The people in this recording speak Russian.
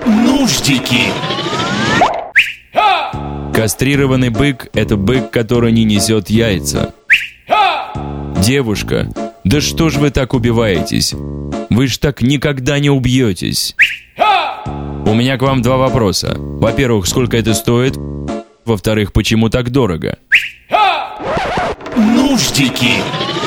Нуждики. Кастрированный бык – это бык, который не несет яйца. Девушка, да что ж вы так убиваетесь? Вы ж так никогда не убьетесь. У меня к вам два вопроса. Во-первых, сколько это стоит? Во-вторых, почему так дорого? Нуждики.